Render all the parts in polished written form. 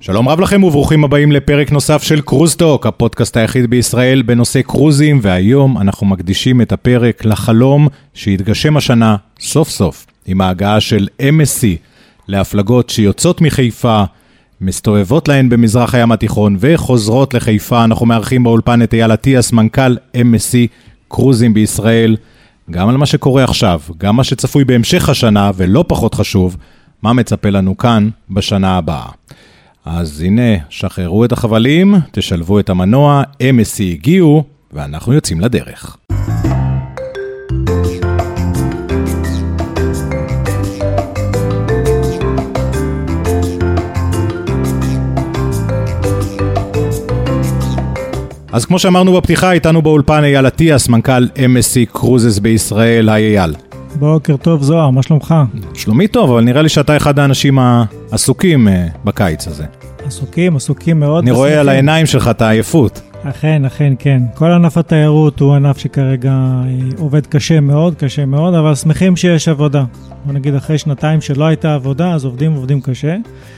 שלום רב לכם וברוכים הבאים לפרק נוסף של קרוזטוק, הפודקאסט היחיד בישראל בנושא קרוזים, והיום אנחנו מקדישים את הפרק לחלום שהתגשם השנה סוף סוף, עם ההגעה של MSC להפלגות שיוצאות מחיפה, מסתובבות להן במזרח הים התיכון וחוזרות לחיפה. אנחנו מארחים באולפן את אייל אטיאס, מנכ"ל MSC קרוזים בישראל, גם על מה שקורה עכשיו, גם מה שצפוי בהמשך השנה, ולא פחות חשוב, מה מצפה לנו כאן בשנה הבאה. אז הנה, שחררו את החבלים, תשלבו את המנוע, MSC הגיעו, ואנחנו יוצאים לדרך. אז כמו שאמרנו בפתיחה, איתנו באולפן אייל אטיאס, מנכ"ל MSC קרוזס בישראל. היי אייל. בוקר טוב זוהר, מה שלומך? שלומי טוב, אבל נראה לי שאתה אחד האנשים העסוקים בקיץ הזה. עסוקים מאוד. אני רואה על העיניים שלך את העייפות. אכן, כן. כל ענף התיירות הוא ענף שכרגע עובד קשה מאוד, אבל שמחים שיש עבודה. בוא נגיד אחרי שנתיים שלא הייתה עבודה, אז עובדים קשה.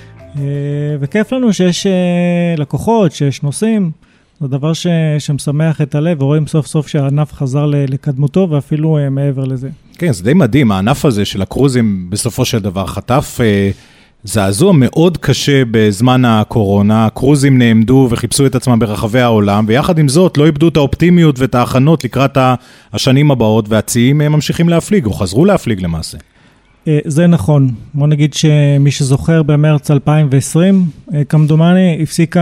וכיף לנו שיש לקוחות, שיש נוסעים. זה דבר שמשמח את הלב, ורואים סוף סוף שהענף חזר לקדמותו, ואפילו מעבר לזה. כן, זה די מדהים, הענף הזה של הקרוזים בסופו של דבר חטף זעזוע מאוד קשה בזמן הקורונה. הקרוזים נעמדו וחיפשו את עצמם ברחבי העולם, ויחד עם זאת לא איבדו את האופטימיות ואת ההכנות לקראת השנים הבאות, והציים ממשיכים להפליג, או חזרו להפליג למעשה. זה נכון. בוא נגיד שמי שזוכר במרץ 2020, כמדומני, הפסיק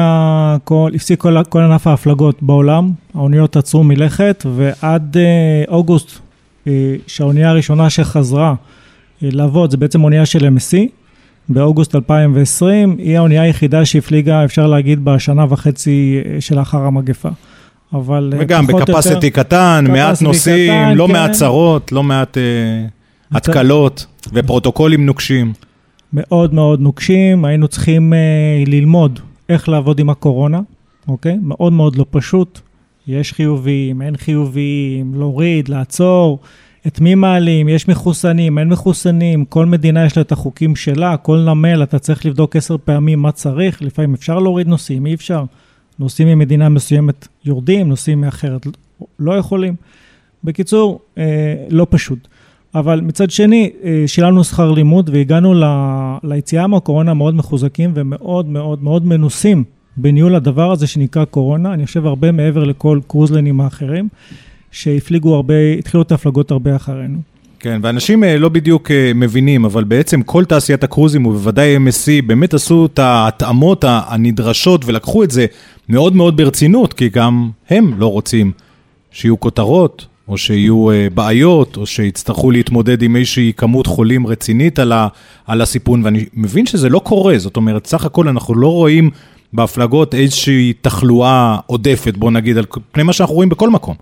כל ענף ההפלגות בעולם, האוניות עצרו מלכת, ועד אוגוסט, שהאונייה הראשונה שחזרה לעבוד, זה בעצם אונייה של MSC, באוגוסט 2020, היא האונייה היחידה שהפליגה, אפשר להגיד, בשנה וחצי שלאחר המגפה. וגם בקפסיטי קטן, מעט נוסעים, לא מעט צרות, לא מעט התקלות ופרוטוקולים נוקשים. מאוד מאוד נוקשים, היינו צריכים ללמוד איך לעבוד עם הקורונה, אוקיי? מאוד מאוד לא פשוט, יש חיובים, אין חיובים, להוריד, לעצור, את מי מעלים, יש מחוסנים, אין מחוסנים, כל מדינה יש לה את החוקים שלה, כל נמל אתה צריך לבדוק 10 פעמים מה צריך, לפעמים אפשר להוריד נוסעים, אי אפשר, נוסעים ממדינה מסוימת יורדים, נוסעים מאחרת לא יכולים, בקיצור, לא פשוט. אבל מצד שני, שילמנו שכר לימוד והגענו ליציאה מהקורונה מאוד מחוזקים ומאוד מאוד מאוד מנוסים בניהול הדבר הזה שנקרא קורונה. אני חושב הרבה מעבר לכל קרוזלנים האחרים, שהפליגו התחילו את ההפלגות הרבה אחרינו. כן, ואנשים לא בדיוק מבינים, אבל בעצם כל תעשיית הקרוזים ובוודאי MSC באמת עשו את ההתאמות הנדרשות ולקחו את זה מאוד מאוד ברצינות, כי גם הם לא רוצים שיהיו כותרות, או שיהיו בעיות, או שיצטרכו להתמודד עם איזושהי כמות חולים רצינית על הסיפון, ואני מבין שזה לא קורה, זאת אומרת, סך הכל אנחנו לא רואים בהפלגות איזושהי תחלואה עודפת, בוא נגיד, על פני מה שאנחנו רואים בכל מקום.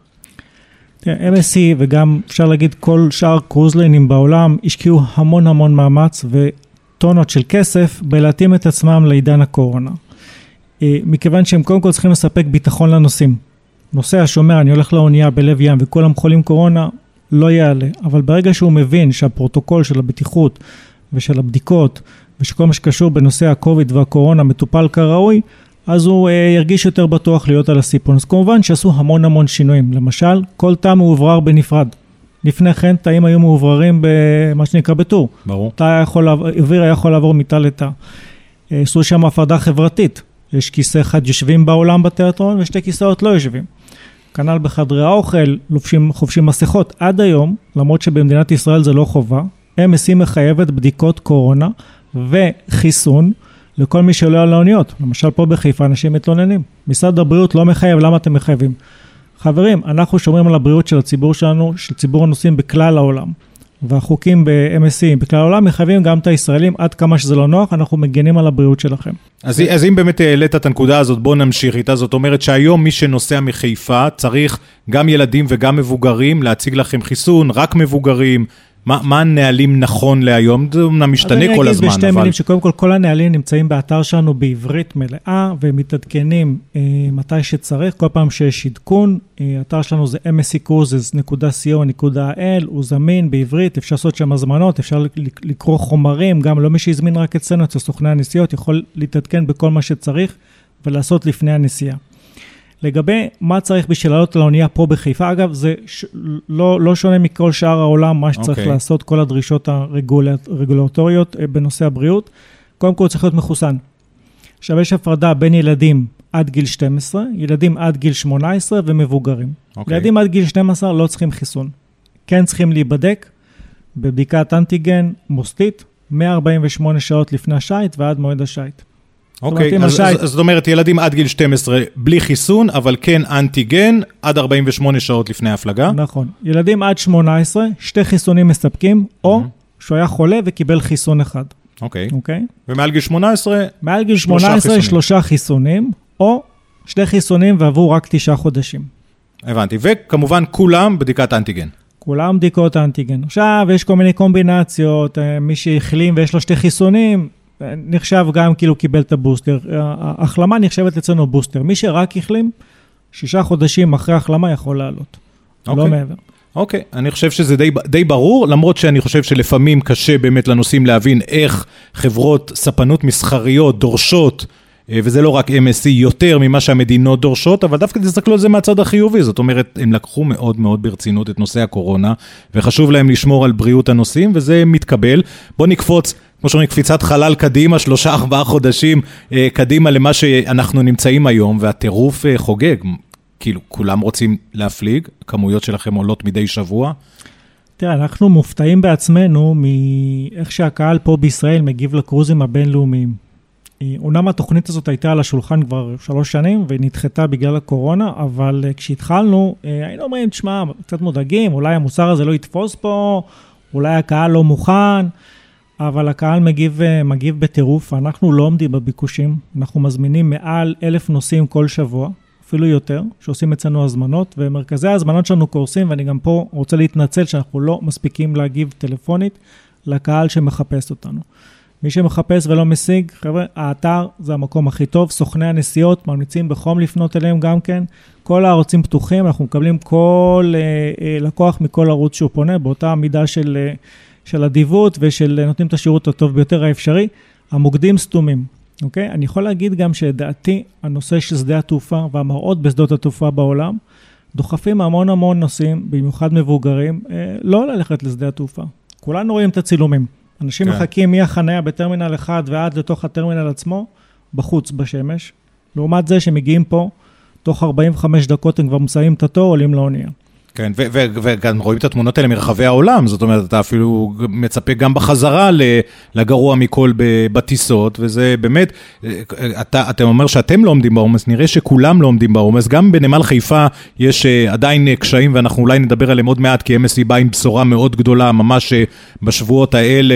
MSC וגם אפשר להגיד כל שאר קרוזלינים בעולם, השקיעו המון מאמץ וטונות של כסף, בלהתאים את עצמם לעידן הקורונה. מכיוון שהם קודם כל צריכים לספק ביטחון לנוסעים. נוסע שומע, אני הולך לאונייה בלב ים וכולם חולים קורונה, לא יעלה. אבל ברגע שהוא מבין שהפרוטוקול של הבטיחות ושל הבדיקות ושכל מה שקשור בנושא הקוביד והקורונה מטופל כראוי, אז הוא ירגיש יותר בטוח להיות על הסיפון. אז כמובן שעשו המון שינויים. למשל, כל תא מאוברר בנפרד. לפני כן, תאים היו מאובררים במה שנקרא בטור. ברור. אוויר היה יכול לעבור מתא לתא. עשו שם הפרדה חברתית. יש כיסא אחד יושבים בעולם בתיאטרון, ושתי כיסאות לא יושבים. כנ"ל בחדרי האוכל, חובשים מסכות. עד היום, למרות שבמדינת ישראל זה לא חובה, MSC מחייבת בדיקות קורונה וחיסון לכל מי שעולה על האוניות. למשל פה בחיפה אנשים מתלוננים. משרד הבריאות לא מחייב, למה אתם מחייבים? חברים, אנחנו שומרים על הבריאות של הציבור שלנו, של ציבור הנוסעים בכלל העולם. והחוקים ב-MSC בכלל העולם מחייבים גם את הישראלים, עד כמה שזה לא נוח, אנחנו מגנים על הבריאות שלכם. אז אם באמת העלית את הנקודה הזאת, בוא נמשיך איתה. זאת אומרת שהיום מי שנוסע מחיפה צריך גם ילדים וגם מבוגרים להציג לכם חיסון, רק מבוגרים, מה הנהלים נכון להיום? זה אומנם משתנה כל הזמן. אז אני אגיד בשתי מילים שקודם כל הנהלים נמצאים באתר שלנו בעברית מלאה, והם מתעדכנים מתי שצריך, כל פעם שיש עדכון. האתר שלנו זה msccruises.co.il, הוא זמין בעברית, אפשר לעשות שם הזמנות, אפשר לקרוא חומרים, גם לא מי שהזמין רק אצלנו, אצל סוכני הנסיעות, יכול להתעדכן בכל מה שצריך, ולעשות לפני הנסיעה. לגבי מה צריך בשביל לעלות על האונייה פה בחיפה, אגב, זה לא שונה מכל שאר העולם, מה שצריך לעשות, כל הדרישות הרגולטוריות בנושא הבריאות. קודם כל צריך להיות מחוסן. עכשיו יש הפרדה בין ילדים עד גיל 12, ילדים עד גיל 18 ומבוגרים. ילדים עד גיל 12 לא צריכים חיסון. כן צריכים להיבדק בבדיקת אנטיגן מוסטית, 148 שעות לפני השייט ועד מועד השייט. אוקיי, אז זאת אומרת, ילדים עד גיל 12 בלי חיסון, אבל כן אנטיגן עד 48 שעות לפני ההפלגה. נכון. ילדים עד 18, 2 חיסונים מספקים, או שהוא היה חולה וקיבל חיסון אחד. אוקיי. ומעל גיל 18? מעל גיל 18, 3 חיסונים, או 2 חיסונים ועברו רק 9 חודשים. הבנתי, וכמובן כולם בדיקת אנטיגן. כולם בדיקות אנטיגן. עכשיו, יש כל מיני קומבינציות, מי שהחלים ויש לו 2 חיסונים, נחשב גם כאילו קיבל את הבוסטר. ההחלמה נחשבת אצלנו בוסטר. מי שרק החלים, 6 חודשים אחרי ההחלמה יכול לעלות. לא מעבר. אוקיי, אני חושב שזה די ברור, למרות שאני חושב שלפעמים קשה באמת לנוסעים להבין איך חברות ספנות מסחריות דורשות, וזה לא רק MSC, יותר ממה שהמדינות דורשות, אבל דווקא תסתכלו על זה מהצד החיובי. זאת אומרת, הם לקחו מאוד מאוד ברצינות את נושא הקורונה, וחשוב להם לשמור על בריאות הנוסעים, וזה מתקבל. בוא נקפוץ, כמו שאומרים, קפיצת חלל קדימה, 3-4 חודשים קדימה למה שאנחנו נמצאים היום, והטירוף חוגג. כאילו, כולם רוצים להפליג, כמויות שלכם עולות מדי שבוע. תראה, אנחנו מופתעים בעצמנו מאיך שהקהל פה בישראל מגיב לקרוזים הבינלאומיים. אומנם התוכנית הזאת הייתה על השולחן כבר 3 שנים, ונדחתה בגלל הקורונה, אבל כשהתחלנו, היינו אומרים, תשמע, קצת מודאגים, אולי המוצר הזה לא יתפוס פה, אולי הקהל לא מוכן, אבל הקהל מגיב בטירוף, אנחנו לא עומדים בביקושים, אנחנו מזמינים מעל 1,000 נוסעים כל שבוע, אפילו יותר, שעושים אצלנו הזמנות, ומרכזי ההזמנות שלנו קורסים, ואני גם פה רוצה להתנצל שאנחנו לא מספיקים להגיב טלפונית לקהל שמחפש אותנו. מי שמחפש ולא משיג, חבר'ה, האתר זה המקום הכי טוב, סוכני הנסיעות ממליצים בחום לפנות אליהם גם כן, כל הערוצים פתוחים, אנחנו מקבלים כל לקוח מכל ערוץ שהוא פונה, באותה מידה של הדיוות ושל נותנים את השירות הטוב ביותר האפשרי, המוקדים סתומים, אוקיי? אני יכול להגיד גם שדעתי, הנושא של שדה התעופה והמראות בשדות התעופה בעולם, דוחפים המון נוסעים, במיוחד מבוגרים, לא ללכת לשדה התעופה. כולנו רואים את הצילומים. אנשים מחכים מהחניה בטרמינל 1 ועד לתוך הטרמינל עצמו, בחוץ בשמש. לעומת זה שמגיעים פה, תוך 45 דקות הם כבר מסיימים את התור, עולים לאונייה. כן, וגם רואים את התמונות האלה מרחבי העולם, זאת אומרת, אתה אפילו מצפה גם בחזרה לגרוע מכל בטיסות, וזה באמת, אתה אומר שאתם לא עומדים בעומס, נראה שכולם לא עומדים בעומס, גם בנמל חיפה יש עדיין קשיים, ואנחנו אולי נדבר עליהם עוד מעט, כי MSC בא עם בשורה מאוד גדולה, ממש בשבועות האלה,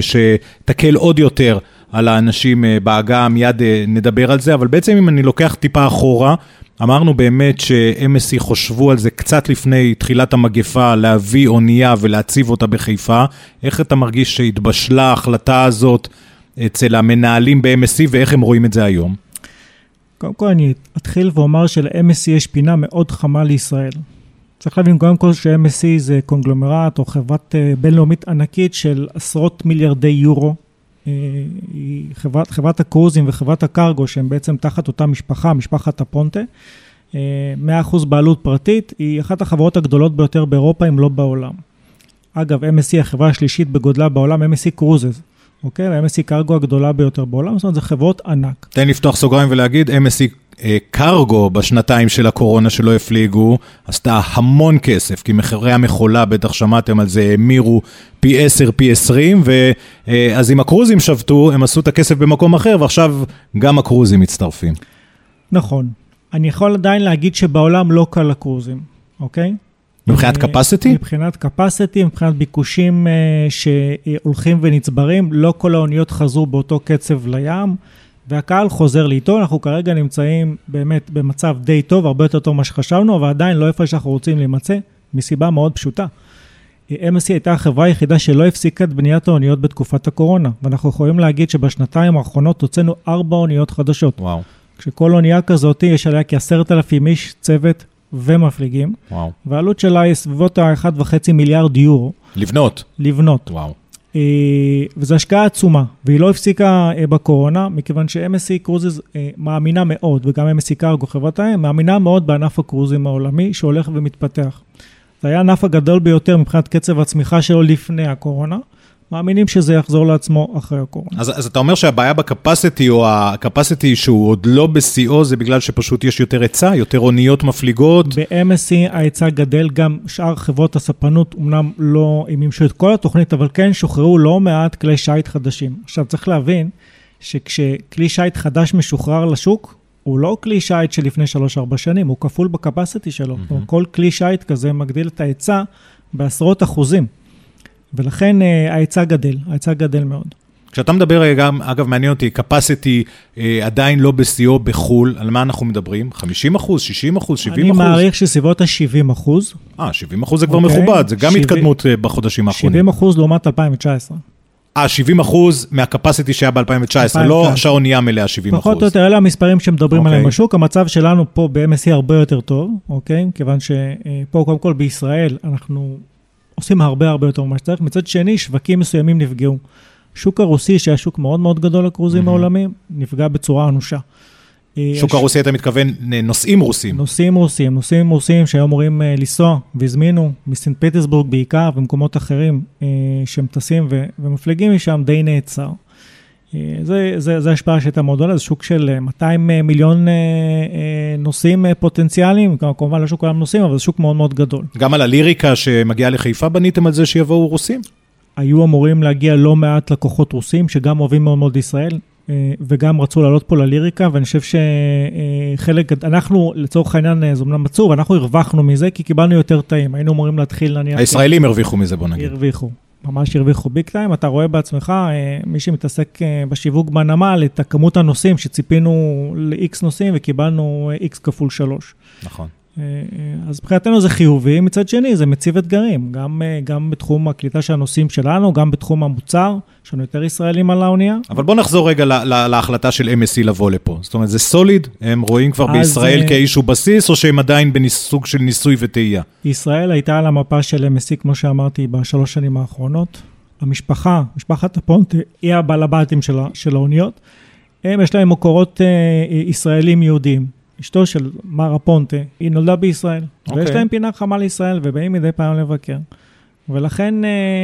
שתקל עוד יותר על האנשים בהגעה, מיד נדבר על זה, אבל בעצם אם אני לוקח טיפה אחורה, אמרנו באמת ש-MSC חושבו על זה קצת לפני תחילת המגפה, להביא אונייה ולהציב אותה בחיפה. איך אתה מרגיש שהתבשלה ההחלטה הזאת אצל המנהלים ב-MSC, ואיך הם רואים את זה היום? קודם כל אני אתחיל ואומר של-MSC יש פינה מאוד חמה לישראל. צריך להבין קודם כל ש-MSC זה קונגלומרט או חברת בינלאומית ענקית של עשרות מיליארדי יורו, היא חברת הקרוזים וחברת הקרגו, שהם בעצם תחת אותה משפחה, משפחת הפונטה, 100% בעלות פרטית, היא אחת החברות הגדולות ביותר באירופה, אם לא בעולם. אגב, MSC החברה השלישית בגודלה בעולם, MSC קרוזס, אוקיי? ו-MSC קרגו הגדולה ביותר בעולם, זאת אומרת, זה חברות ענק. תן לפתוח סוגריים ולהגיד, MSC קרגו בשנתיים של הקורונה שלא הפליגו, עשתה המון כסף, כי מחירי המכולה, בטח שמעתם על זה, מירו פי 10, פי 20, ואז אם הקרוזים שבתו, הם עשו את הכסף במקום אחר, ועכשיו גם הקרוזים מצטרפים. נכון. אני יכול עדיין להגיד שבעולם לא קל הקרוזים, אוקיי? מבחינת capacity? מבחינת capacity, מבחינת ביקושים שהולכים ונצברים, לא כל האוניות חזרו באותו קצב לים, והקהל חוזר לאיתו, אנחנו כרגע נמצאים באמת במצב די טוב, הרבה יותר טוב מה שחשבנו, אבל עדיין לא איפה שאנחנו רוצים להימצא, מסיבה מאוד פשוטה. MSC הייתה החברה היחידה שלא הפסיקה את בניית האוניות בתקופת הקורונה, ואנחנו יכולים להגיד שבשנתיים האחרונות הוצאנו 4 אוניות חדשות. וואו. כשכל אונייה כזאת יש עליה כ10,000 איש, צוות ומפליגים. וואו. והעלות שלה היא סביבות ה1.5 מיליארד יורו. לבנות. וואו. וזו השקעה עצומה, והיא לא הפסיקה בקורונה, מכיוון ש-MSC קרוזיז מאמינה מאוד, וגם MSC קרגו חברתה, מאמינה מאוד בענף הקרוזים העולמי, שהולך ומתפתח. זה היה הענף הגדול ביותר מבחינת קצב הצמיחה שלו לפני הקורונה, מאמינים שזה יחזור לעצמו אחרי הקורונה. אז אתה אומר שהבעיה בקפסיטי, או הקפסיטי שהוא עוד לא בשיאו, זה בגלל שפשוט יש יותר היצע, יותר אוניות מפליגות? ב-MSC ההיצע גדל, גם שאר חברות הספנות, אמנם לא מימשו את כל התוכנית, אבל כן שוחררו לא מעט כלי שייט חדשים. עכשיו צריך להבין שכשכלי שייט חדש משוחרר לשוק, הוא לא כלי שייט שלפני 3-4 שנים, הוא כפול בקפסיטי שלו. כל כלי שייט כזה מגדיל את ההיצע בעשרות אחוזים. ולכן ההיצע גדל מאוד. כשאתה מדבר, אגב, מעניין אותי, קפסיטי עדיין לא בשיאו בחול, על מה אנחנו מדברים? 50%, 60%, 70%? אני מעריך שסביבות ה-70%. 70% זה כבר מכובד, זה גם התקדמות בחודשים האחרונים. 70% לעומת 2019. 70% מהקפסיטי שהיה ב-2019, לא שהאונייה מלאה 70%. פחות או יותר, אלה המספרים שמדברים עליהם בשוק, המצב שלנו פה ב-MSC הרבה יותר טוב, אוקיי? כיוון שפה קודם כל בישראל אנחנו עושים הרבה יותר ממה שצריך. מצד שני, שווקים מסוימים נפגעו. שוק הרוסי, שהיה שוק מאוד מאוד גדול לקרוזים העולמיים, נפגע בצורה אנושה. שוק הרוסי, אתה מתכוון, נוסעים רוסים? נוסעים רוסים שהיו אמורים לנסוע, והזמינו מסנט פטרסבורג בעיקר, ומקומות אחרים שמטסים ומפלגים משם, די נעצר. זה השפעה שהייתה מאוד גדולה, זה שוק של 200 מיליון נוסעים פוטנציאליים, כמובן לא שוק כולם נוסעים, אבל זה שוק מאוד מאוד גדול. גם על הליריקה שמגיעה לחיפה בניתם על זה שיבואו רוסים? היו אמורים להגיע לא מעט לקוחות רוסים, שגם אוהבים מאוד מאוד ישראל, וגם רצו לעלות פה לליריקה, ואני חושב שחלק, אנחנו לצורך העניין, זו אמנם מצור, אנחנו הרווחנו מזה, כי קיבלנו יותר טעים, היינו אמורים להתחיל להניח... הישראלים הרוויחו מזה, בוא נגיד. ממש הרוויחו ביג טיים, אתה רואה בעצמך, מי שמתעסק בשיווק בנמל, את הכמות הנוסעים שציפינו ל-X נוסעים, וקיבלנו X כפול 3. נכון. אז מבחינתנו זה חיובי, מצד שני זה מציב אתגרים, גם בתחום הקליטה של הנוסעים שלנו, גם בתחום המוצר, יש לנו יותר ישראלים על האונייה. אבל בוא נחזור רגע להחלטה של MSC לבוא לפה. זאת אומרת, זה סוליד, הם רואים כבר בישראל כאיזשהו בסיס, או שהם עדיין בסוג של ניסוי וטעייה? ישראל הייתה על המפה של MSC, כמו שאמרתי, ב3 שנים האחרונות. משפחת הפונטה, היא הבעל הבתים של האוניות. יש להם מקורות ישראלים יהודיים. אשתו של מר הפונטה, היא נולדה בישראל, ויש להם פינה חמה לישראל, ובאים מדי פעם לבקר. ולכן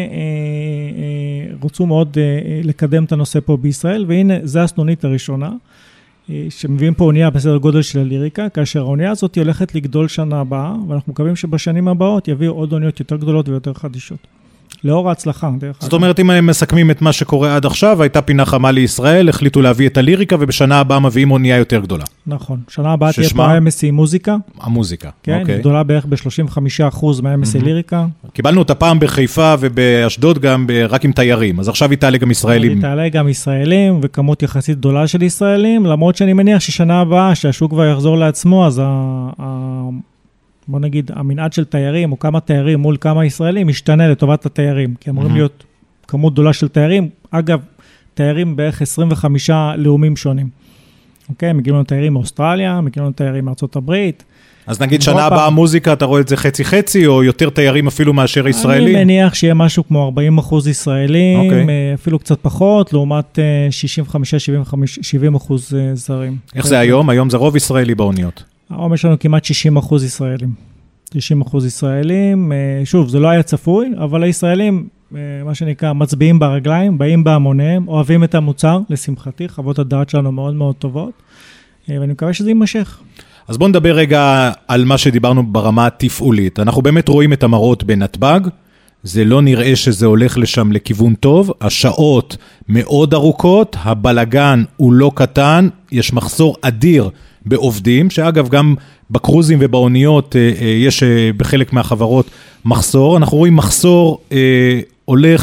רוצו מאוד לקדם את הנושא פה בישראל, והנה, זו הסנונית הראשונה, שמביאים פה אונייה בסדר גודל של הליריקה, כאשר האונייה הזאת הולכת לגדול שנה הבאה, ואנחנו מקווים שבשנים הבאות יביאו עוד אוניות יותר גדולות ויותר חדישות. לאור ההצלחה, דרך אגב. זאת אומרת, אם הם מסכמים את מה שקורה עד עכשיו, הייתה פינה חמה לישראל, החליטו להביא את הליריקה, ובשנה הבאה מביאים אונייה יותר גדולה. נכון. שנה הבאה תהיה פה MSC מוזיקה. המוזיקה, כן, אוקיי. גדולה בערך ב-35% מה-MSC ליריקה. קיבלנו אותה פעם בחיפה ובאשדוד גם רק עם תיירים, אז עכשיו היא תעלה גם ישראלים. היא תעלה גם ישראלים, וכמות יחסית גדולה של ישראלים, למרות שאני מניח ששנה הבאה, שהשוק כבר יחזור לעצמו, אז בוא נגיד, המנעד של תיירים, או כמה תיירים מול כמה ישראלים, משתנה לטובת התיירים, כי אמורים להיות כמות גדולה של תיירים, אגב, תיירים בערך 25 לאומים שונים. אוקיי, מגיעים לנו תיירים מאוסטרליה, מגיעים לנו תיירים מארצות הברית. אז נגיד שנה הבאה מוזיקה, אתה רואה את זה חצי-חצי, או יותר תיירים אפילו מאשר ישראלים? אני מניח שיהיה משהו כמו 40% ישראלים, אפילו קצת פחות, לעומת 65-70% זרים. איך זה היום? היום זה רוב ישראלי באוניות. היום יש לנו כמעט 60% ישראלים. 60% ישראלים, שוב, זה לא היה צפוי, אבל הישראלים, מה שנקרא, מצביעים ברגליים, באים בהמוניהם, אוהבים את המוצר, לשמחתי, חוות הדעת שלנו מאוד מאוד טובות, ואני מקווה שזה יימשך. אז בואו נדבר רגע על מה שדיברנו ברמה התפעולית. אנחנו באמת רואים את המראות בנתב"ג, זה לא נראה שזה הולך לשם לכיוון טוב, השעות מאוד ארוכות, הבלגן הוא לא קטן, יש מחסור אדיר בעובדים, שאגב גם בקרוזים ובאוניות יש בחלק מהחברות מחסור, אנחנו רואים מחסור הולך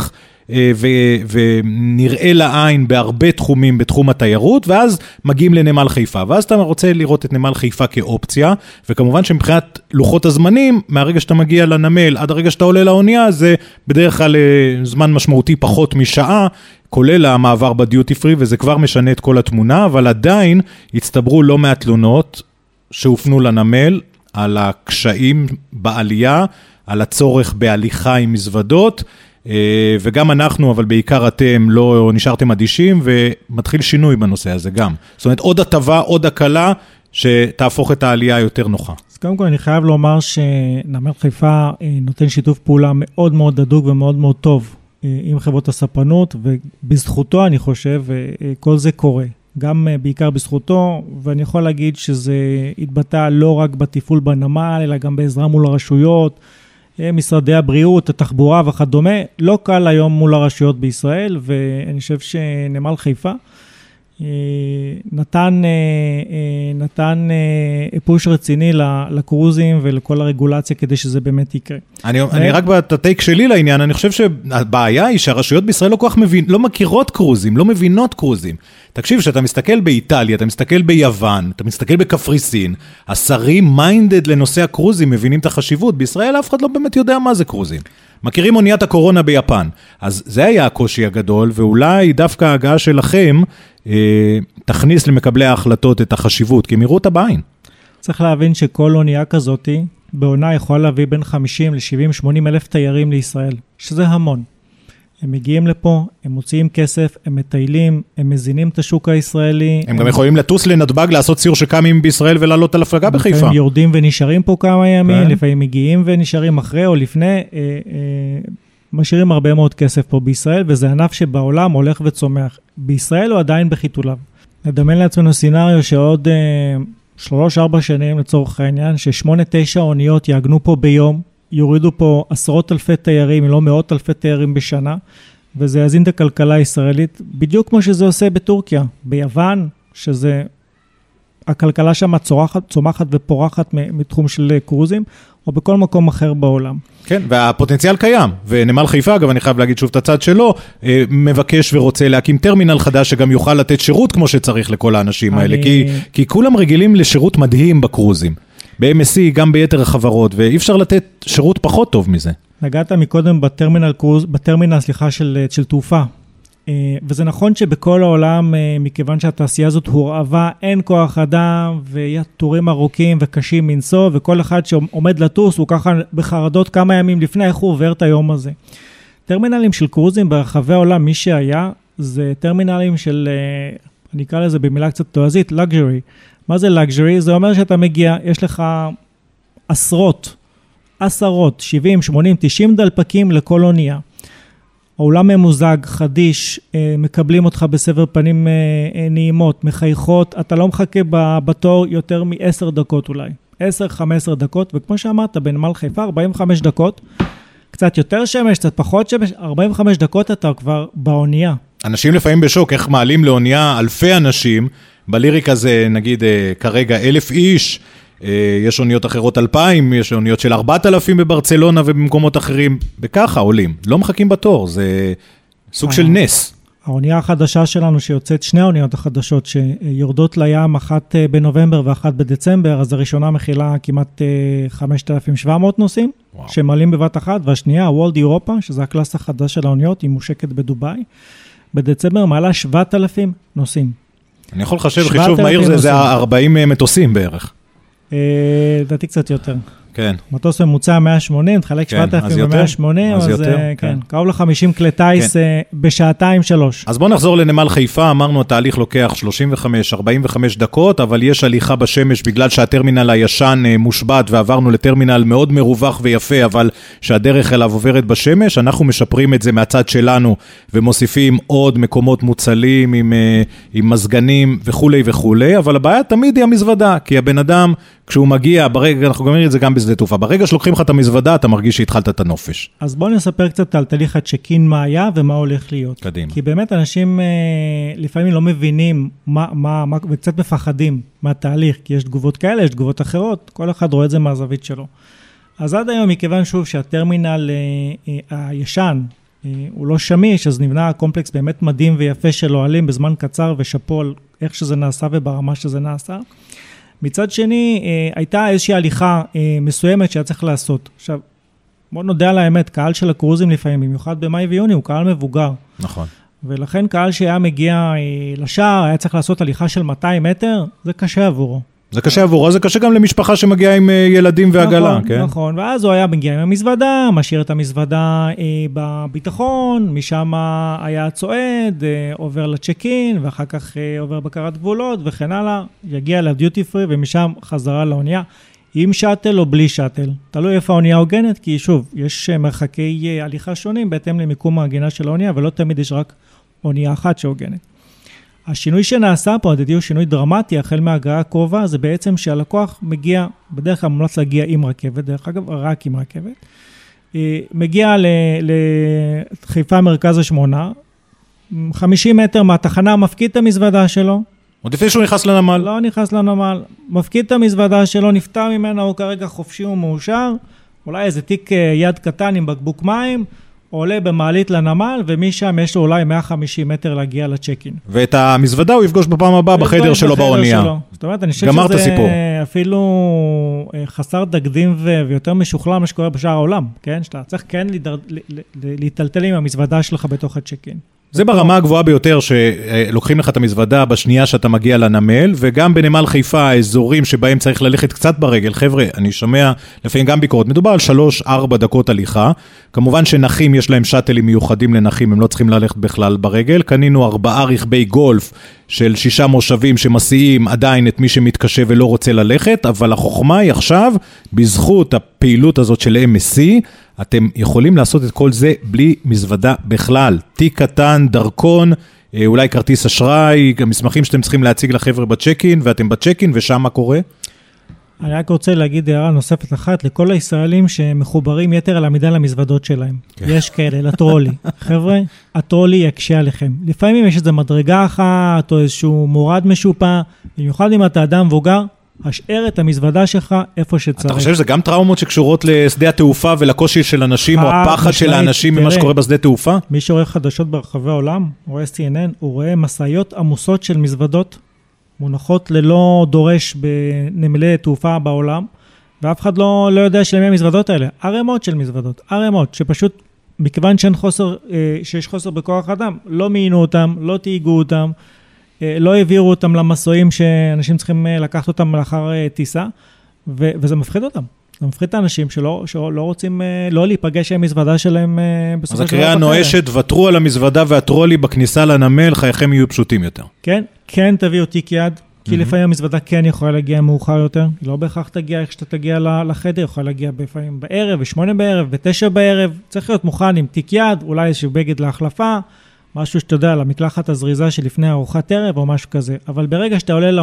ונראה לעין בהרבה תחומים בתחום התיירות, ואז מגיעים לנמל חיפה. ואז אתה רוצה לראות את נמל חיפה כאופציה, וכמובן שמבחינת לוחות הזמנים, מהרגע שאתה מגיע לנמל עד הרגע שאתה עולה לאונייה, זה בדרך כלל זמן משמעותי פחות משעה, כולל המעבר בדיוטי פרי, וזה כבר משנה את כל התמונה, אבל עדיין הצטברו לא מעט תלונות שהופנו לנמל, על הקשיים בעלייה, על הצורך בהליכה עם מזוודות, וגם אנחנו, אבל בעיקר אתם, לא נשארתם אדישים, ומתחיל שינוי בנושא הזה גם. זאת אומרת, עוד הטבה, עוד הקלה, שתהפוך את העלייה יותר נוחה. אז קודם כל אני חייב לומר שנמל חיפה נותן שיתוף פעולה מאוד מאוד הדוק ומאוד מאוד טוב עם חברות הספנות, ובזכותו אני חושב, כל זה קורה. גם בעיקר בזכותו, ואני יכול להגיד שזה התבטא לא רק בתפעול בנמל, אלא גם בעזרה מול הרשויות, משרדי הבריאות, התחבורה וכדומה. לא קל היום מול הרשויות בישראל, ואני חושב שנמל חיפה נתן פוש רציני לקרוזים ולכל הרגולציה כדי שזה באמת יקרה. אני רק בטייק שלי לעניין, אני חושב שהבעיה היא שהרשויות בישראל לא כל כך לא מכירות קרוזים, לא מבינות קרוזים. תקשיב, שאתה מסתכל באיטליה, אתה מסתכל ביוון, אתה מסתכל בקפריסין, השרים מיינדד לנושא הקרוזים, מבינים את החשיבות. בישראל אף אחד לא באמת יודע מה זה קרוזים. מכירים אוניית הקורונה ביפן. אז זה היה הקושי הגדול, ואולי דווקא ההגעה שלכם תכניס למקבלי ההחלטות את החשיבות, כי הם יראו אותה בעין. צריך להבין שכל אונייה כזאת, בעונה יכולה להביא בין 50 ל-70, 80 אלף תיירים לישראל, שזה המון. הם מגיעים לפה, הם מוציאים כסף, הם מטיילים, הם מזינים את השוק הישראלי. הם גם יכולים לטוס לנתב"ג, לעשות סיור שקמים בישראל ולעלות על הפלגה בחיפה. הם יורדים ונשארים פה כמה ימים, לפעמים מגיעים ונשארים אחרי או לפני, משאירים הרבה מאוד כסף פה בישראל, וזה ענף שבעולם הולך וצומח. בישראל הוא עדיין בחיתוליו. נדמיין לעצמנו סינריו שעוד 3-4 שנים לצורך העניין, ש8-9 אוניות יעגנו פה ביום, יורידו פה עשרות אלפי תיירים, לא מאות אלפי תיירים בשנה, וזה יזין את הכלכלה הישראלית, בדיוק כמו שזה עושה בטורקיה, ביוון, שזה, הכלכלה שם צומחת ופורחת מתחום של קרוזים, או בכל מקום אחר בעולם. כן, והפוטנציאל קיים, ונמל חיפה, אגב, אני חייב להגיד שוב את הצד שלו, מבקש ורוצה להקים טרמינל חדש, שגם יוכל לתת שירות כמו שצריך לכל האנשים האלה, כי כולם רגילים לשירות מדהים בקרוזים. ב-MSC, גם ביתר החברות, ואי אפשר לתת שירות פחות טוב מזה. נגעת מקודם בטרמינל של תעופה, וזה נכון שבכל העולם, מכיוון שהתעשייה הזאת הורעבה, אין כוח אדם, ויש תורים ארוכים וקשים מנסוע, וכל אחד שעומד לטוס, הוא ככה בחרדות כמה ימים לפני, איך הוא עובר את היום הזה. טרמינלים של קרוזים ברחבי העולם, מי שהיה, זה טרמינלים של, אני אקרא לזה במילה קצת תועזית, luxury. מה זה luxury? זה אומר שאתה מגיע, יש לך עשרות, 70, 80, 90 דלפקים לכל אונייה. העולם ממוזג, חדיש, מקבלים אותך בסבר פנים נעימות, מחייכות, אתה לא מחכה בתור יותר מ10 דקות אולי, 10-15 דקות, וכמו שאמרת, בנמל חיפה, 45 דקות, קצת יותר שמש, קצת פחות שמש, 45 דקות אתה כבר באונייה. אנשים לפעמים בשוק, איך מעלים לאונייה אלפי אנשים, בליריק הזה נגיד כרגע 1,000 איש, יש אוניות אחרות 2,000, יש אוניות של 4,000 בברצלונה ובמקומות אחרים, בככה עולים, לא מחכים בתור, זה סוג של נס. האונייה החדשה שלנו שיוצאת, שני האוניות החדשות שיורדות לים, אחת בנובמבר ואחת בדצמבר, אז הראשונה מכילה כמעט 5,700 נוסעים, שמעלים בבת אחת, והשנייה, וולד אירופה, שזה הקלאס החדש של האוניות, היא מושקת בדוביי, בדצמבר מעלה 7,000 נוסעים. אני יכול לחשב חישוב מהיר, זה 40 מטוסים בערך. דעתי קצת יותר. כן. מטוס ממוצע 180, תחלק 7,180, אז כן, קרוב ל-50 כלי טייס בשעתיים 3. אז בואו נחזור לנמל חיפה, אמרנו התהליך לוקח 35-45 דקות, אבל יש הליכה בשמש בגלל שהטרמינל הישן מושבת, ועברנו לטרמינל מאוד מרווח ויפה, אבל שהדרך אליו עוברת בשמש, אנחנו משפרים את זה מהצד שלנו, ומוסיפים עוד מקומות מוצלים עם מזגנים וכו' וכו', אבל הבעיה תמיד היא המזוודה, כי הבן אדם, כשהוא מגיע, ברגע, אנחנו גומרים את זה גם בשדה תעופה, ברגע שלוקחים לך את המזוודה, אתה מרגיש שהתחלת את הנופש. אז בואו נספר קצת על תהליך הצ'קין, מה היה ומה הולך להיות. קדימה. כי באמת אנשים לפעמים לא מבינים וקצת מפחדים מהתהליך, כי יש תגובות כאלה, יש תגובות אחרות, כל אחד רואה את זה מהזווית שלו. אז עד היום, מכיוון שוב שהטרמינל הישן הוא לא שמיש, אז נבנה קומפלקס באמת מדהים ויפה של אוהלים בזמן קצר, ושפו על איך שזה נעשה וברמה שזה נעשה. מצד שני, הייתה איזושהי הליכה מסוימת שהיה צריך לעשות. עכשיו, בוא נודע על האמת, קהל של הקרוזים לפעמים, במיוחד במאי ויוני, הוא קהל מבוגר. נכון. ולכן קהל שהיה מגיע לשער, היה צריך לעשות הליכה של 200 מטר, זה קשה עבורו. זה קשה עבורו, זה קשה גם למשפחה שמגיעה עם ילדים ועגלה, נכון, כן? נכון, ואז הוא היה מגיע עם המזוודה, משאיר את המזוודה בביטחון, משם היה צועד, עובר לצ'קין, ואחר כך עובר בקרת גבולות, וכן הלאה, יגיע לדיוטי פרי, ומשם חזרה לאונייה, עם שטל או בלי שטל. תלוי איפה האונייה הוגנת, כי שוב, יש מרחקי הליכה שונים, בהתאם למיקום ההגינה של האונייה, ולא תמיד יש רק אונייה אחת שהוגנת. השינוי שנעשה פה, הדדי הוא שינוי דרמטי, החל מההגעה הקרובה, זה בעצם שהלקוח מגיע, בדרך כלל מומלץ להגיע עם רכבת, דרך אגב, רק עם רכבת, מגיע לחיפה מרכז השמונה, 50 מטר מהתחנה, מפקיד את המזוודה שלו. עוד לפני שהוא נכנס לנמל. לא נכנס לנמל, מפקיד את המזוודה שלו, נפטר ממנו, הוא כרגע חופשי ומאושר, אולי איזה תיק יד קטן עם בקבוק מים, עולה במעלית לנמל, ומשם יש לו אולי 150 מטר להגיע לצ'קין. ואת המזוודה הוא יפגוש בפעם הבאה בחדר שלו באונייה. זאת אומרת, אני חושב שזה אפילו חסר תקדים ויותר משוכלל מה שקורה בשאר העולם, כן? שאתה צריך כן להיטלטל עם המזוודה שלך בתוך הצ'קין. זה ברמה הגבוהה ביותר שלוקחים לך את המזוודה בשנייה שאתה מגיע לנמל, וגם בנמל חיפה, האזורים שבהם צריך ללכת קצת ברגל. חבר'ה, אני שומע לפעמים גם ביקורת, מדובר על 3-4 דקות הליכה. כמובן שנחים יש להם שטלים מיוחדים לנחים, הם לא צריכים ללכת בכלל ברגל. קנינו 4 רכבי גולף של 6 מושבים שמסיעים עדיין את מי שמתקשה ולא רוצה ללכת, אבל החוכמה היא עכשיו, בזכות הפעילות הזאת של MSC, אתם יכולים לעשות את כל זה בלי מזוודה בכלל. תיק קטן, דרכון, אולי כרטיס אשראי, מסמכים שאתם צריכים להציג לחבר'ה בצ'קין, ואתם בצ'קין, ושם מה קורה? אני רק רוצה להגיד הערה נוספת אחת, לכל הישראלים שמחוברים יתר על המידה למזוודות שלהם. יש כאלה, לטרולי. חבר'ה, הטרולי יקשה עליכם. לפעמים יש איזו מדרגה אחת, או איזשהו מורד משופע, במיוחד אם אתה אדם מבוגר, השאר את המזוודה שלך איפה שצריך. אתה חושב שזה גם טראומות שקשורות לשדה התעופה ולקושי של אנשים, או הפחד של האנשים ממה שקורה בשדה תעופה? מי שעורך חדשות ברחבי העולם, רואה CNN, הוא רואה מסעיות עמוסות של מזוודות, מונחות ללא דורש בנמלי תעופה בעולם, ואף אחד לא יודע שלמי המזוודות האלה. ערימות של מזוודות, ערימות, שפשוט מכיוון שיש חוסר בכוח אדם, לא מיינו אותם, לא תהיגו אותם, לא העבירו אותם למסועים שאנשים צריכים לקחת אותם לאחר טיסה, וזה מפחיד אותם. זה מפחיד את האנשים שלא רוצים לא להיפגש עם המזוודה שלהם בסופו של דבר. אז הקריאה הנואשת, ותרו על המזוודה והטרולי בכניסה לנמל, חייכם יהיו פשוטים יותר. כן תביאו תיק יד, כי לפעמים המזוודה כן יכולה להגיע מאוחר יותר, היא לא בהכרח תגיע איך שאתה תגיע לחדר, יכולה להגיע לפעמים בערב, ב8 בערב, ב9 בערב, צריך להיות מוכן עם תיק יד, אולי איזשהו בגד להחלפה, משהו שאתה יודע, למקלחת הזריזה שלפני ארוחת ערב או משהו כזה. אבל ברגע שאתה עולה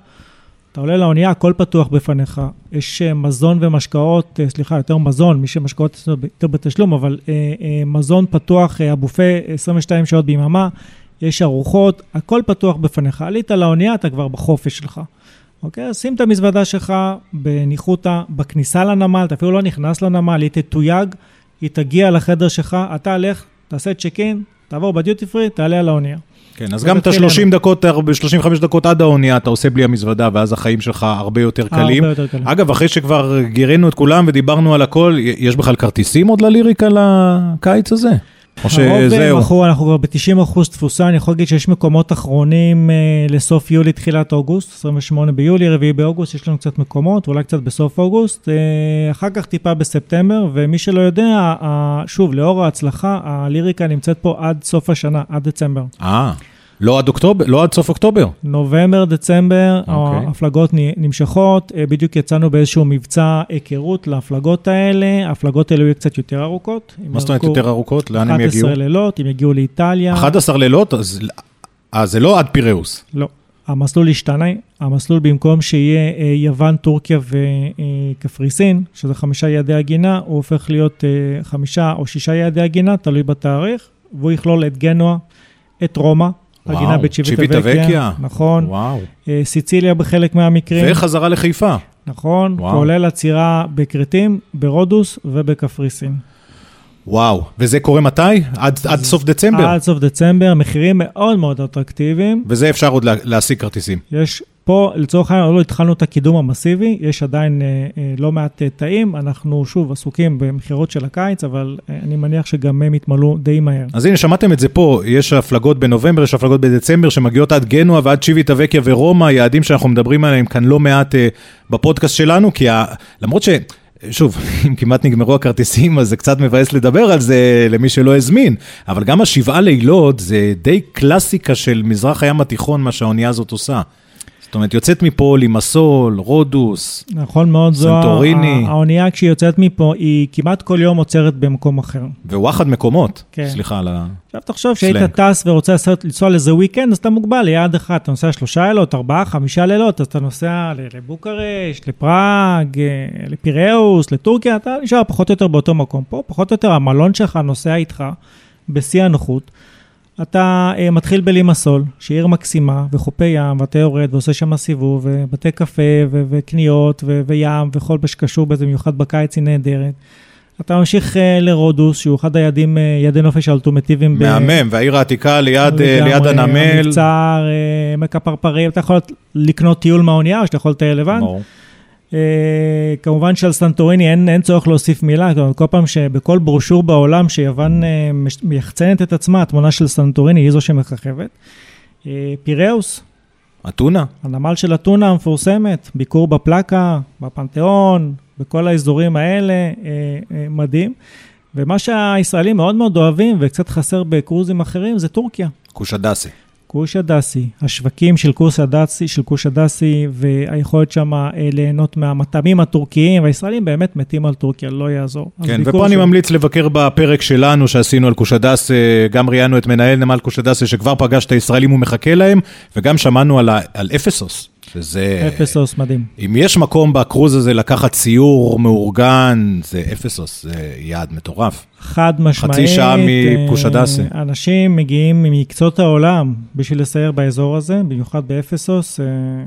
לאונייה, הכל פתוח בפניך. יש מזון ומשקאות, יותר מזון, מי שמשקאות יותר בתשלום, אבל מזון פתוח, הבופה 22 שעות ביממה, יש ארוחות, הכל פתוח בפניך. עלית לאונייה, אתה כבר בחופש שלך. אוקיי? אז שים את המזוודה שלך בניחותה, בכניסה לנמל, אתה אפילו לא נכנס לנמל, היא תתויג, היא תגיע לחדר שלך, אתה הלך, תעשה צ'קין, תעבור בדיוטי פרי, תעלה על האונייה. כן, אז גם את ה-30 דקות, 35 דקות עד האונייה, אתה עושה בלי המזוודה, ואז החיים שלך הרבה יותר קלים. אגב, אחרי שכבר גירינו את כולם ודיברנו על הכל, יש בכלל כרטיסים עוד לליריקה לקיץ הזה? הרוב אנחנו כבר ב-90% תפוסה, אני יכול להגיד שיש מקומות אחרונים לסוף יולי, תחילת אוגוסט, 28 ביולי, 4 באוגוסט, יש לנו קצת מקומות, אולי קצת בסוף אוגוסט, אחר כך טיפה בספטמבר, ומי שלא יודע, שוב, לאור ההצלחה, הליריקה נמצאת פה עד סוף השנה, עד דצמבר. לא עד אוקטובר, לא עד סוף אוקטובר. נובמבר, דצמבר, ההפלגות נמשכות, בדיוק יצאנו באיזשהו מבצע היכרות להפלגות האלה, ההפלגות האלה יהיו קצת יותר ארוכות. מה זאת אומרת יותר ארוכות? לאן הם יגיעו? 11 לילות, הם יגיעו לאיטליה. 11 לילות? אז זה לא עד פיראוס. לא, המסלול השתנה, המסלול במקום שיהיה יוון, טורקיה וקפריסין, שזה 5 יעדי הגינה, הוא הופך להיות 5 או 6 יעדי הגינה, תלוי בתאריך, והוא יכלול את גנוע, את רומא, הגינה בצ'יוויטה וקיה, נכון, סיציליה בחלק מהמקרים. וחזרה לחיפה. נכון, כולל עצירה בקרטים, ברודוס ובקפריסין. וואו, וזה קורה מתי? עד סוף דצמבר? עד סוף דצמבר, מחירים מאוד מאוד אטרקטיביים. וזה אפשר עוד להשיג כרטיסים. יש פה, לצורך העניין, לא התחלנו את הקידום המסיבי, יש עדיין לא מעט תאים, אנחנו שוב עסוקים במחירות של הקיץ, אבל אני מניח שגם הם יתמלאו די מהר. אז הנה, שמעתם את זה פה, יש הפלגות בנובמבר, יש הפלגות בדצמבר, שמגיעות עד גנוע ועד צ'יוויטה וקיה ורומא, יעדים שאנחנו מדברים עליהם כאן לא מעט בפודקאסט שלנו, כי למרות שוב, אם כמעט נגמרו הכרטיסים, אז זה קצת מבאס לדבר על זה למי שלא הזמין, אבל גם 7 לילות זה די קלאסיקה של מזרח הים התיכון, מה שהאונייה הזאת עושה. זאת אומרת, יוצאת מפה לימסול, רודוס, נכון מאוד, סנטוריני. האונייה כשהיא יוצאת מפה, היא כמעט כל יום עוצרת במקום אחר. ווואחד מקומות, כן. סליחה על עכשיו תחשוב שהיית טס ורוצה לנסוע לזה וויקנד, אז אתה מוגבל ליעד אחד, אתה נוסע 3 לילות, 4, 5 לילות, אז אתה נוסע לבוקרשט, לפראג, לפיראוס, לטורקיה, אתה נשאר פחות או יותר באותו מקום. פה פחות או יותר המלון שלך נוסע איתך בשיא הנוחות, אתה מתחיל בלימסול, שעיר מקסימה, וחופי ים, ואתה יורד ועושה שם סיבוב, ובתי קפה, וקניות, וים, וכל שקשור בזה, מיוחד בקיץ היא נהדרת. אתה ממשיך לרודוס, שהוא אחד היעדים, יעדי נופש האולטימטיביים. מהמם, והעיר העתיקה ליד הנמל. מבצר, עמק הפרפרים, אתה יכול לקנות טיול מהאונייה, או שאתה יכול לטייל לבד. כמובן שעל סנטוריני אין צורך להוסיף מילה, כל פעם שבכל ברושור בעולם שיוון מייחצנת את עצמה, התמונה של סנטוריני היא זו שמככבת. פיראוס. אתונה. הנמל של אתונה המפורסמת, ביקור בפלקה, בפנתיאון, בכל האזורים האלה, מדהים. ומה שהישראלים מאוד מאוד אוהבים, וקצת חסר בקרוזים אחרים, זה טורקיה. קושדסי. קושדסי, השווקים של קושדסי, והיכולת שם ליהנות מהמטעמים הטורקיים, והישראלים באמת מתים על טורקיה, לא יעזור. כן, ופה אני ממליץ לבקר בפרק שלנו שעשינו על קושדסי, גם ראיינו את מנהל נמל קושדסי, שכבר פגש את הישראלים ומחכה להם, וגם שמענו על אפסוס. אפסוס, מדהים. אם יש מקום בקרוז הזה לקחת ציור מאורגן, זה אפסוס, זה יעד מטורף. חד משמעית. חצי שעה מקושדסי. אנשים מגיעים ממקצות העולם בשביל לסייר באזור הזה, במיוחד באפסוס,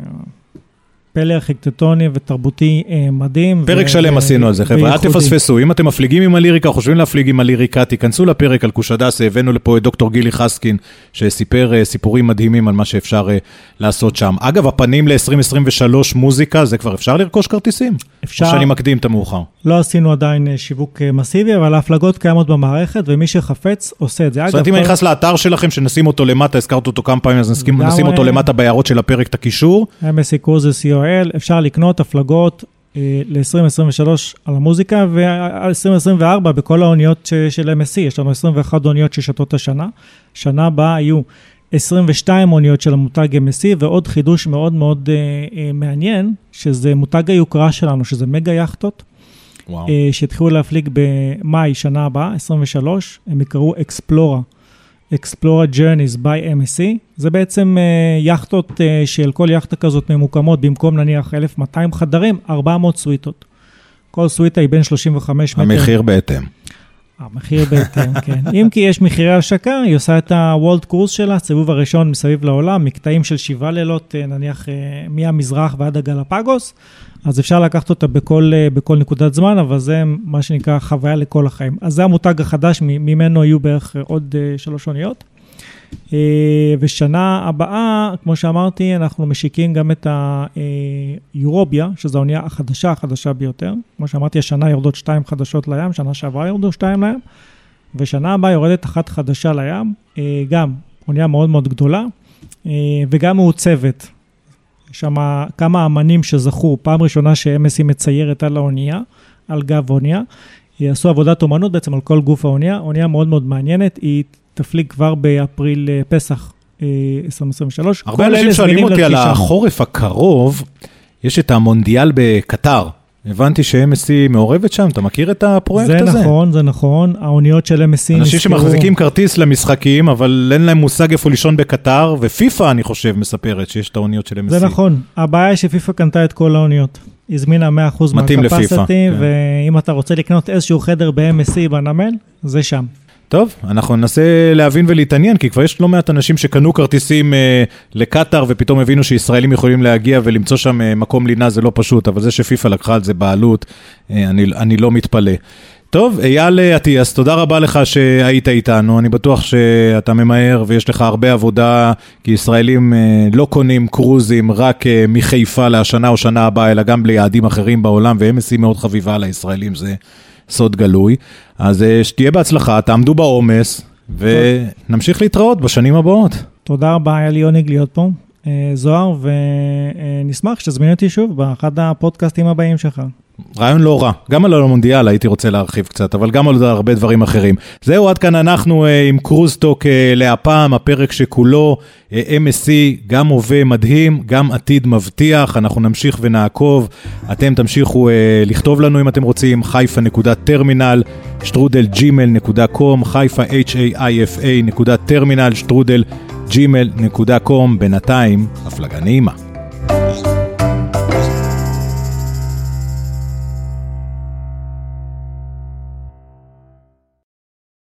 פלא ארכיטקטוני ותרבותי מדהים. פרק שלם עשינו על זה, חבר'ה. אל תפספסו, אם אתם מפליגים עם הליריקה, חושבים להפליג עם הליריקה, תיכנסו לפרק על קושדסי, הבאנו לפה את דוקטור גילי חסקין, שסיפר סיפורים מדהימים על מה שאפשר לעשות שם. אגב, הפנים ל-2023 מוזיקה, זה כבר אפשר לרכוש כרטיסים? אפשר. או שאני מקדים את המאוחר? לא עשינו עדיין שיווק מסיבי, אבל ההפלגות קיימות במערכת, ומי שחפץ עושה את זה. זאת אומרת, אם אני נכנס לאתר שלכם, שנשים אותו למטה, הזכרת אותו כמה פעמים, אז נשים אותו למטה ביערות של הפרק, את הקישור. MSC אפשר לקנות הפלגות ל-2023 על המוזיקה, ו-2024 בכל האוניות של MSC, יש לנו 21 אוניות ששתות השנה, שנה הבאה היו 22 אוניות של המותג MSC, ועוד חידוש מאוד מאוד מעניין, שזה מותג היוקרה שלנו, שזה מגה יחטות, שהתחילו להפליג במאי שנה הבאה, 23, הם יקראו Explora Journeys by MSC, זה בעצם יחטות של כל יחטה כזאת ממוקמות, במקום נניח 1200 חדרים, 400 סוויטות. כל סוויטה היא בין 35 מטר. המחיר בהתאם. המחיר בהתאם, כן. אם כי יש מחירי השקה, היא עושה את הוולד קרוז שלה, סיבוב הראשון מסביב לעולם, מקטעים של 7 לילות, נניח מהמזרח ועד הגלפגוס, אז אפשר לקחת אותה בכל נקודת זמן, אבל זה מה שנקרא חוויה לכל החיים. אז זה המותג החדש, ממנו יהיו בערך עוד 3 אוניות. ושנה הבאה, כמו שאמרתי, אנחנו משיקים גם את היורוביה, שזו האונייה החדשה ביותר. כמו שאמרתי, השנה יורדות 2 חדשות לים, שנה שעברה יורדו 2 לים, ושנה הבאה יורדת 1 חדשה לים, גם אונייה מאוד מאוד גדולה, וגם מעוצבת. יש שם כמה אמנים שזכו, פעם ראשונה ש-MSC מציירת על האונייה, על גב האונייה, עשו עבודת אומנות בעצם על כל גוף האונייה, אונייה מאוד מאוד מעניינת, היא תפליג כבר באפריל פסח 2023. הרבה אנשים שואלים אותי על החורף הקרוב, יש את המונדיאל בקטר, הבנתי ש-MSC מעורבת שם, אתה מכיר את הפרויקט הזה? זה נכון, האוניות של MSC אנשים שמחזיקים כרטיס למשחקים, אבל אין להם מושג איפה לישון בקטר, ופיפה אני חושב מספרת שיש את האוניות של MSC. זה נכון, הבעיה היא שפיפה קנתה את כל האוניות. הזמינה 100% מהקפסיטי, ואם אתה רוצה לקנות איזשהו חדר ב-MSC בנמל, זה שם. טוב, אנחנו ננסה להבין ולהתעניין, כי כבר יש לא מעט אנשים שקנו כרטיסים לקטר, ופתאום הבינו שישראלים יכולים להגיע ולמצוא שם מקום לינה, זה לא פשוט, אבל זה שפיפה לקחה על זה בעלות, אני לא מתפלא. טוב, אייל עטיאס, תודה רבה לך שהיית איתנו, אני בטוח שאתה ממהר ויש לך הרבה עבודה, כי ישראלים לא קונים קרוזים רק מחיפה לשנה או שנה הבאה, אלא גם ליעדים אחרים בעולם, והם עושים מאוד חביבה לישראלים, זה סוד גלוי. אז שתהיה בהצלחה, תעמדו בעומס, ונמשיך להתראות בשנים הבאות. תודה רבה, היה לי עונג להיות פה, זוהר, ונשמח שתזמין אותי שוב באחד הפודקאסטים הבאים שלך. רעיון לא רע, גם על המונדיאל הייתי רוצה להרחיב קצת, אבל גם על הרבה דברים אחרים. זהו, עד כאן אנחנו עם קרוזטוק להפעם, הפרק שכולו MSC, גם הווה מדהים, גם עתיד מבטיח, אנחנו נמשיך ונעקוב, אתם תמשיכו לכתוב לנו אם אתם רוצים, חיפה.terminal@gmail.com, חיפה HAIFA.terminal@gmail.com, בינתיים, הפלגה נעימה.